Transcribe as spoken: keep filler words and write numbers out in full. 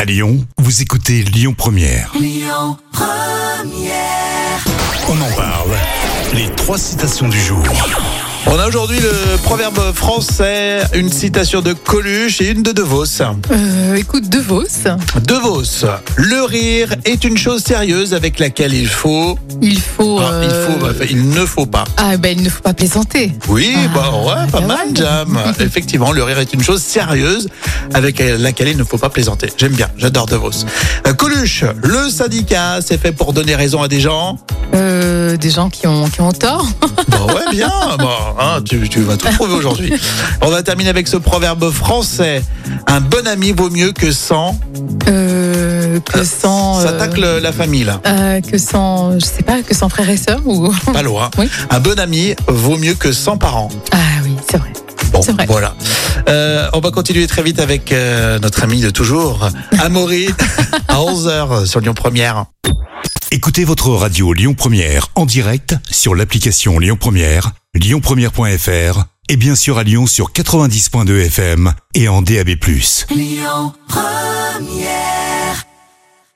À Lyon, vous écoutez Lyon Première. Lyon Première. On en parle. Les trois citations du jour. On a aujourd'hui le proverbe français, une citation de Coluche et une de De Vos. Euh, écoute, De Vos. De Vos, le rire est une chose sérieuse avec laquelle il faut... Il faut. Ah, il euh, faut, enfin, il ne faut pas. Ah, ben, il ne faut pas plaisanter. Oui, Ah, bah ouais, pas bah mal, ouais. Jam. Effectivement, le rire est une chose sérieuse avec laquelle il ne faut pas plaisanter. J'aime bien, j'adore De Vos. Euh, Coluche, le syndicat, c'est fait pour donner raison à des gens. Euh, des gens qui ont, qui ont tort. Bon, ouais, bien. Bon, hein, tu, tu vas tout trouver aujourd'hui. On va terminer avec ce proverbe français. Un bon ami vaut mieux que cent. Euh, que sans. Ça euh, attaque le- la famille, là. euh, que sans. Je sais pas, que sans frères et sœurs ou. Pas loin. Oui. Un bon ami vaut mieux que cent parents. Ah oui, c'est vrai. Bon, C'est vrai. voilà. Euh, on va continuer très vite avec euh, notre ami de toujours, Amaury, à onze heures sur Lyon Première. Écoutez votre radio Lyon Première en direct sur l'application Lyon Première, lyon première point f r et bien sûr à Lyon sur quatre-vingt-dix point deux F M et en D A B plus. Lyon Première.